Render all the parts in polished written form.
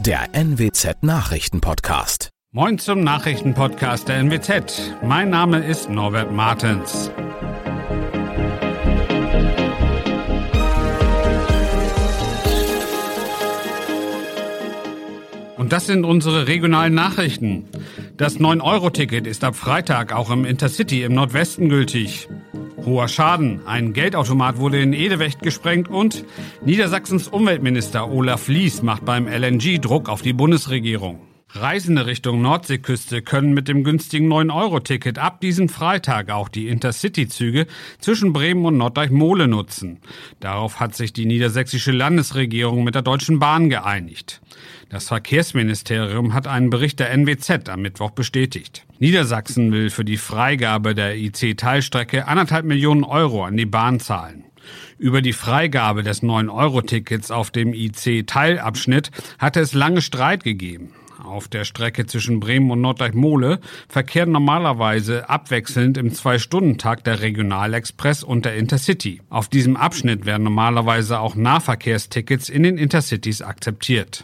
der NWZ Nachrichtenpodcast. Moin zum Nachrichtenpodcast der NWZ. Mein Name ist Norbert Martens. Und das sind unsere regionalen Nachrichten. Das 9-Euro-Ticket ist ab Freitag auch im Intercity im Nordwesten gültig. Hoher Schaden, ein Geldautomat wurde in Edewecht gesprengt und Niedersachsens Umweltminister Olaf Lies macht beim LNG Druck auf die Bundesregierung. Reisende Richtung Nordseeküste können mit dem günstigen 9-Euro-Ticket ab diesem Freitag auch die Intercity-Züge zwischen Bremen und Norddeich-Mohle nutzen. Darauf hat sich die niedersächsische Landesregierung mit der Deutschen Bahn geeinigt. Das Verkehrsministerium hat einen Bericht der NWZ am Mittwoch bestätigt. Niedersachsen will für die Freigabe der IC-Teilstrecke 1,5 Millionen Euro an die Bahn zahlen. Über die Freigabe des 9-Euro-Tickets auf dem IC-Teilabschnitt hatte es lange Streit gegeben. Auf der Strecke zwischen Bremen und Norddeich-Mohle verkehren normalerweise abwechselnd im 2-Stunden-Takt der Regionalexpress und der Intercity. Auf diesem Abschnitt werden normalerweise auch Nahverkehrstickets in den Intercities akzeptiert.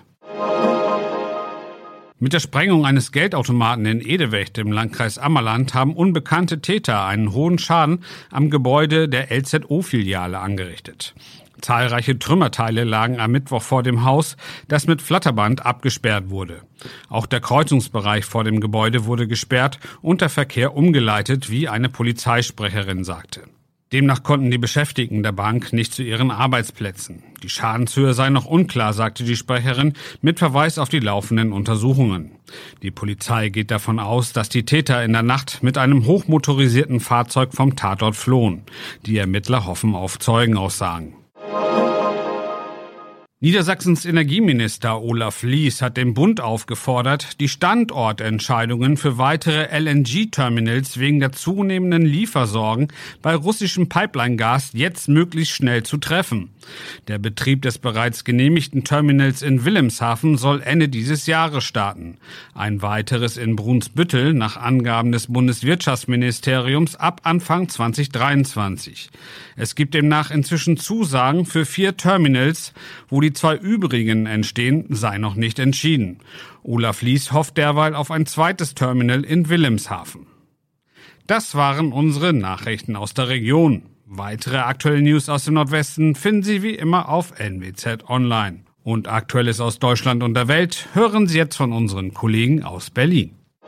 Mit der Sprengung eines Geldautomaten in Edewecht im Landkreis Ammerland haben unbekannte Täter einen hohen Schaden am Gebäude der LZO-Filiale angerichtet. Zahlreiche Trümmerteile lagen am Mittwoch vor dem Haus, das mit Flatterband abgesperrt wurde. Auch der Kreuzungsbereich vor dem Gebäude wurde gesperrt und der Verkehr umgeleitet, wie eine Polizeisprecherin sagte. Demnach konnten die Beschäftigten der Bank nicht zu ihren Arbeitsplätzen. Die Schadenshöhe sei noch unklar, sagte die Sprecherin mit Verweis auf die laufenden Untersuchungen. Die Polizei geht davon aus, dass die Täter in der Nacht mit einem hochmotorisierten Fahrzeug vom Tatort flohen. Die Ermittler hoffen auf Zeugenaussagen. Niedersachsens Energieminister Olaf Lies hat den Bund aufgefordert, die Standortentscheidungen für weitere LNG-Terminals wegen der zunehmenden Liefersorgen bei russischem Pipeline-Gas jetzt möglichst schnell zu treffen. Der Betrieb des bereits genehmigten Terminals in Wilhelmshaven soll Ende dieses Jahres starten. Ein weiteres in Brunsbüttel nach Angaben des Bundeswirtschaftsministeriums ab Anfang 2023. Es gibt demnach inzwischen Zusagen für 4 Terminals, wo die 2 übrigen entstehen, sei noch nicht entschieden. Olaf Lies hofft derweil auf ein zweites Terminal in Wilhelmshaven. Das waren unsere Nachrichten aus der Region. Weitere aktuelle News aus dem Nordwesten finden Sie wie immer auf NWZ Online. Und Aktuelles aus Deutschland und der Welt hören Sie jetzt von unseren Kollegen aus Berlin.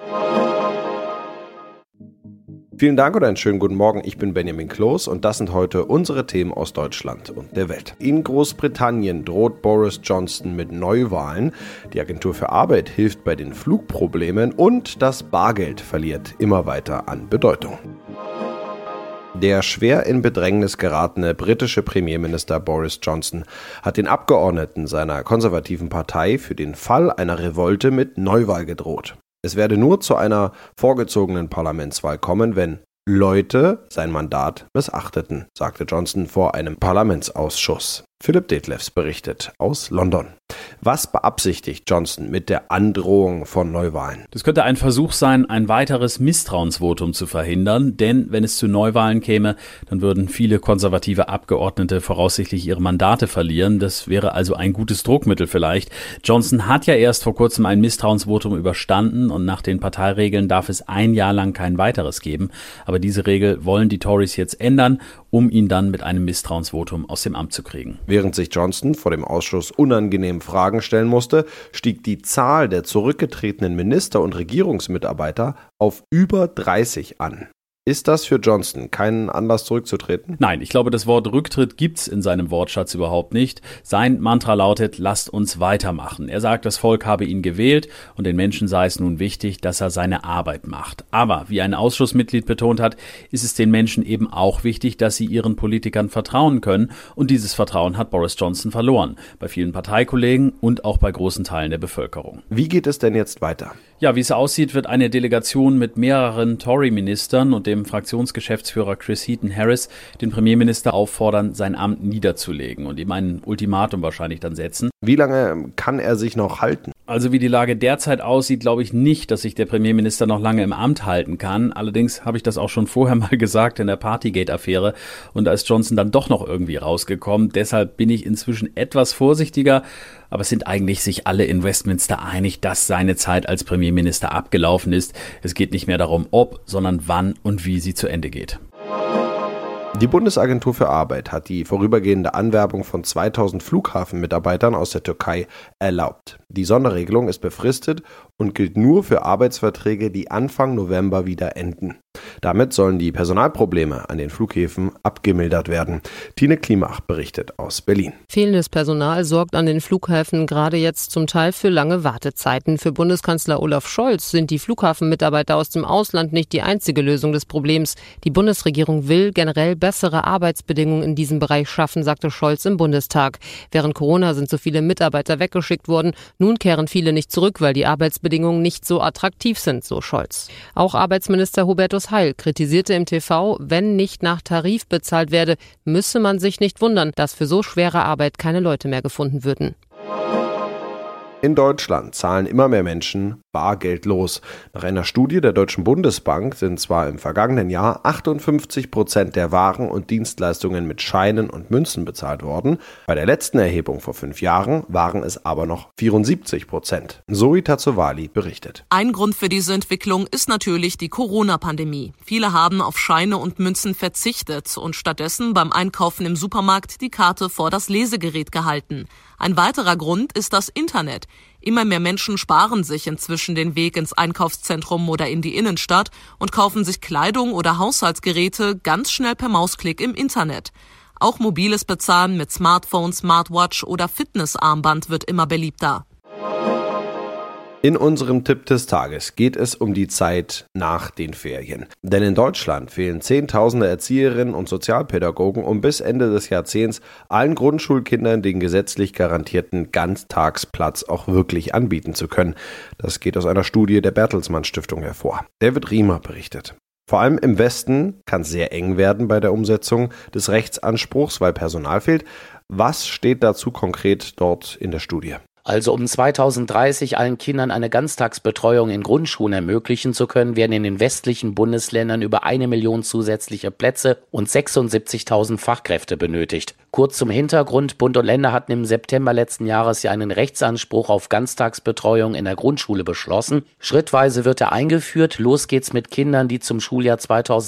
Vielen Dank und einen schönen guten Morgen. Ich bin Benjamin Kloß und das sind heute unsere Themen aus Deutschland und der Welt. In Großbritannien droht Boris Johnson mit Neuwahlen. Die Agentur für Arbeit hilft bei den Flugproblemen und das Bargeld verliert immer weiter an Bedeutung. Der schwer in Bedrängnis geratene britische Premierminister Boris Johnson hat den Abgeordneten seiner konservativen Partei für den Fall einer Revolte mit Neuwahl gedroht. Es werde nur zu einer vorgezogenen Parlamentswahl kommen, wenn Leute sein Mandat missachteten, sagte Johnson vor einem Parlamentsausschuss. Philipp Detlefs berichtet aus London. Was beabsichtigt Johnson mit der Androhung von Neuwahlen? Das könnte ein Versuch sein, ein weiteres Misstrauensvotum zu verhindern, denn wenn es zu Neuwahlen käme, dann würden viele konservative Abgeordnete voraussichtlich ihre Mandate verlieren. Das wäre also ein gutes Druckmittel vielleicht. Johnson hat ja erst vor kurzem ein Misstrauensvotum überstanden und nach den Parteiregeln darf es ein Jahr lang kein weiteres geben. Aber diese Regel wollen die Tories jetzt ändern, um ihn dann mit einem Misstrauensvotum aus dem Amt zu kriegen. Während sich Johnson vor dem Ausschuss unangenehm Fragen stellen musste, stieg die Zahl der zurückgetretenen Minister und Regierungsmitarbeiter auf über 30 an. Ist das für Johnson kein Anlass zurückzutreten? Nein, ich glaube, das Wort Rücktritt gibt's in seinem Wortschatz überhaupt nicht. Sein Mantra lautet, lasst uns weitermachen. Er sagt, das Volk habe ihn gewählt und den Menschen sei es nun wichtig, dass er seine Arbeit macht. Aber, wie ein Ausschussmitglied betont hat, ist es den Menschen eben auch wichtig, dass sie ihren Politikern vertrauen können. Und dieses Vertrauen hat Boris Johnson verloren. Bei vielen Parteikollegen und auch bei großen Teilen der Bevölkerung. Wie geht es denn jetzt weiter? Ja, wie es aussieht, wird eine Delegation mit mehreren Tory-Ministern und dem dem Fraktionsgeschäftsführer Chris Heaton-Harris den Premierminister auffordern, sein Amt niederzulegen und ihm ein Ultimatum wahrscheinlich dann setzen. Wie lange kann er sich noch halten? Also wie die Lage derzeit aussieht, glaube ich nicht, dass sich der Premierminister noch lange im Amt halten kann. Allerdings habe ich das auch schon vorher mal gesagt in der Partygate-Affäre und da ist Johnson dann doch noch irgendwie rausgekommen. Deshalb bin ich inzwischen etwas vorsichtiger, aber es sind eigentlich sich alle in Westminster einig, dass seine Zeit als Premierminister abgelaufen ist. Es geht nicht mehr darum, ob, sondern wann und wie sie zu Ende geht. Die Bundesagentur für Arbeit hat die vorübergehende Anwerbung von 2000 Flughafenmitarbeitern aus der Türkei erlaubt. Die Sonderregelung ist befristet und gilt nur für Arbeitsverträge, die Anfang November wieder enden. Damit sollen die Personalprobleme an den Flughäfen abgemildert werden. Tine Klimach berichtet aus Berlin. Fehlendes Personal sorgt an den Flughäfen gerade jetzt zum Teil für lange Wartezeiten. Für Bundeskanzler Olaf Scholz sind die Flughafenmitarbeiter aus dem Ausland nicht die einzige Lösung des Problems. Die Bundesregierung will generell bessere Arbeitsbedingungen in diesem Bereich schaffen, sagte Scholz im Bundestag. Während Corona sind so viele Mitarbeiter weggeschickt worden. Nun kehren viele nicht zurück, weil die Arbeitsbedingungen nicht so attraktiv sind, so Scholz. Auch Arbeitsminister Hubertus Heil kritisierte im TV, wenn nicht nach Tarif bezahlt werde, müsse man sich nicht wundern, dass für so schwere Arbeit keine Leute mehr gefunden würden. In Deutschland zahlen immer mehr Menschen bargeldlos. Nach einer Studie der Deutschen Bundesbank sind zwar im vergangenen Jahr 58% der Waren und Dienstleistungen mit Scheinen und Münzen bezahlt worden. Bei der letzten Erhebung vor 5 Jahren waren es aber noch 74%. Zoe Tazzovali berichtet. Ein Grund für diese Entwicklung ist natürlich die Corona-Pandemie. Viele haben auf Scheine und Münzen verzichtet und stattdessen beim Einkaufen im Supermarkt die Karte vor das Lesegerät gehalten. Ein weiterer Grund ist das Internet. Immer mehr Menschen sparen sich inzwischen den Weg ins Einkaufszentrum oder in die Innenstadt und kaufen sich Kleidung oder Haushaltsgeräte ganz schnell per Mausklick im Internet. Auch mobiles Bezahlen mit Smartphone, Smartwatch oder Fitnessarmband wird immer beliebter. In unserem Tipp des Tages geht es um die Zeit nach den Ferien. Denn in Deutschland fehlen Zehntausende Erzieherinnen und Sozialpädagogen, um bis Ende des Jahrzehnts allen Grundschulkindern den gesetzlich garantierten Ganztagsplatz auch wirklich anbieten zu können. Das geht aus einer Studie der Bertelsmann Stiftung hervor. David Riemer berichtet. Vor allem im Westen kann es sehr eng werden bei der Umsetzung des Rechtsanspruchs, weil Personal fehlt. Was steht dazu konkret dort in der Studie? Also um 2030 allen Kindern eine Ganztagsbetreuung in Grundschulen ermöglichen zu können, werden in den westlichen Bundesländern über 1 Million zusätzliche Plätze und 76.000 Fachkräfte benötigt. Kurz zum Hintergrund, Bund und Länder hatten im September letzten Jahres ja einen Rechtsanspruch auf Ganztagsbetreuung in der Grundschule beschlossen. Schrittweise wird er eingeführt. Los geht's mit Kindern, die zum Schuljahr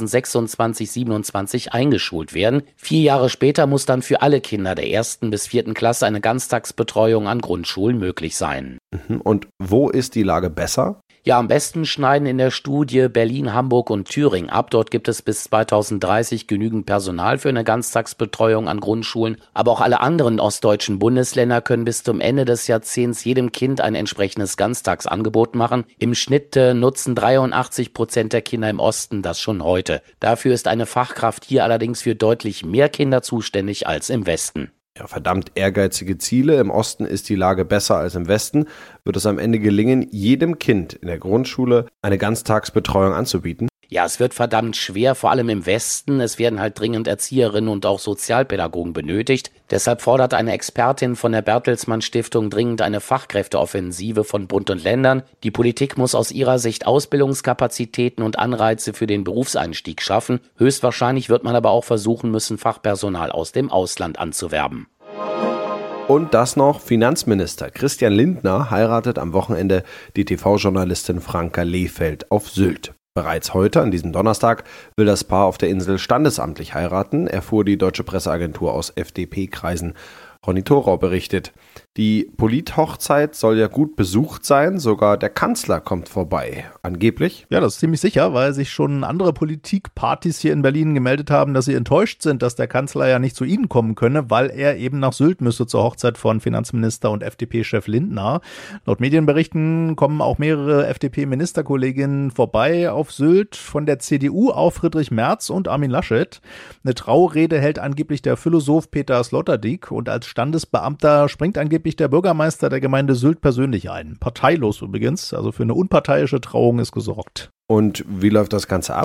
2026/27 eingeschult werden. 4 Jahre später muss dann für alle Kinder der 1. bis 4. Klasse eine Ganztagsbetreuung an Grundschulen möglich sein. Und wo ist die Lage besser? Ja, am besten schneiden in der Studie Berlin, Hamburg und Thüringen ab. Dort gibt es bis 2030 genügend Personal für eine Ganztagsbetreuung an Grundschulen. Aber auch alle anderen ostdeutschen Bundesländer können bis zum Ende des Jahrzehnts jedem Kind ein entsprechendes Ganztagsangebot machen. Im Schnitt nutzen 83% der Kinder im Osten das schon heute. Dafür ist eine Fachkraft hier allerdings für deutlich mehr Kinder zuständig als im Westen. Ja, verdammt ehrgeizige Ziele. Im Osten ist die Lage besser als im Westen. Wird es am Ende gelingen, jedem Kind in der Grundschule eine Ganztagsbetreuung anzubieten? Ja, es wird verdammt schwer, vor allem im Westen. Es werden halt dringend Erzieherinnen und auch Sozialpädagogen benötigt. Deshalb fordert eine Expertin von der Bertelsmann Stiftung dringend eine Fachkräfteoffensive von Bund und Ländern. Die Politik muss aus ihrer Sicht Ausbildungskapazitäten und Anreize für den Berufseinstieg schaffen. Höchstwahrscheinlich wird man aber auch versuchen müssen, Fachpersonal aus dem Ausland anzuwerben. Und das noch, Finanzminister Christian Lindner heiratet am Wochenende die TV-Journalistin Franka Lehfeld auf Sylt. Bereits heute, an diesem Donnerstag, will das Paar auf der Insel standesamtlich heiraten, erfuhr die deutsche Presseagentur aus FDP-Kreisen. Ronny Thorau berichtet. Die Polithochzeit soll ja gut besucht sein, sogar der Kanzler kommt vorbei. Angeblich? Ja, das ist ziemlich sicher, weil sich schon andere Politikpartys hier in Berlin gemeldet haben, dass sie enttäuscht sind, dass der Kanzler ja nicht zu ihnen kommen könne, weil er eben nach Sylt müsse zur Hochzeit von Finanzminister und FDP-Chef Lindner. Laut Medienberichten kommen auch mehrere FDP-Ministerkolleginnen vorbei auf Sylt, von der CDU auch Friedrich Merz und Armin Laschet. Eine Traurede hält angeblich der Philosoph Peter Sloterdijk und als Standesbeamter springt angeblich der Bürgermeister der Gemeinde Sylt persönlich ein. Parteilos übrigens, also für eine unparteiische Trauung ist gesorgt. Und wie läuft das Ganze ab?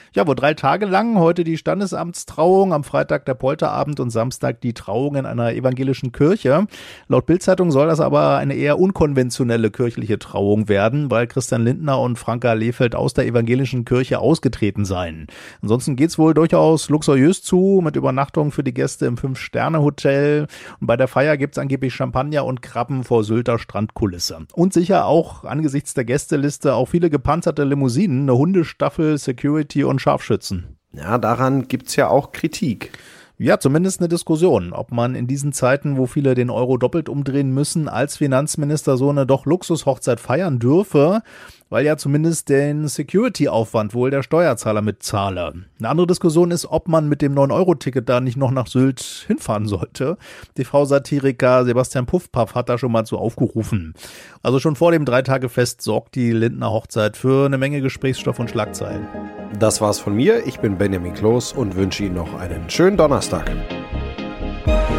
Ja, wo 3 Tage lang, heute die Standesamtstrauung, am Freitag der Polterabend und Samstag die Trauung in einer evangelischen Kirche. Laut Bild-Zeitung soll das aber eine eher unkonventionelle kirchliche Trauung werden, weil Christian Lindner und Franka Lehfeldt aus der evangelischen Kirche ausgetreten seien. Ansonsten geht's wohl durchaus luxuriös zu, mit Übernachtung für die Gäste im 5-Sterne-Hotel. Und bei der Feier gibt's angeblich Champagner und Krabben vor Sylter Strandkulisse. Und sicher auch angesichts der Gästeliste auch viele gepanzerte Limousinen, eine Hundestaffel, Security und Scharfschützen. Ja, daran gibt's ja auch Kritik. Ja, zumindest eine Diskussion, ob man in diesen Zeiten, wo viele den Euro doppelt umdrehen müssen, als Finanzminister so eine doch Luxushochzeit feiern dürfe, weil ja zumindest den Security-Aufwand wohl der Steuerzahler mitzahle. Eine andere Diskussion ist, ob man mit dem 9-Euro-Ticket da nicht noch nach Sylt hinfahren sollte. TV-Satiriker Sebastian Puffpaff hat da schon mal zu aufgerufen. Also schon vor dem 3-Tage-Fest sorgt die Lindner Hochzeit für eine Menge Gesprächsstoff und Schlagzeilen. Das war's von mir. Ich bin Benjamin Kloß und wünsche Ihnen noch einen schönen Donnerstag.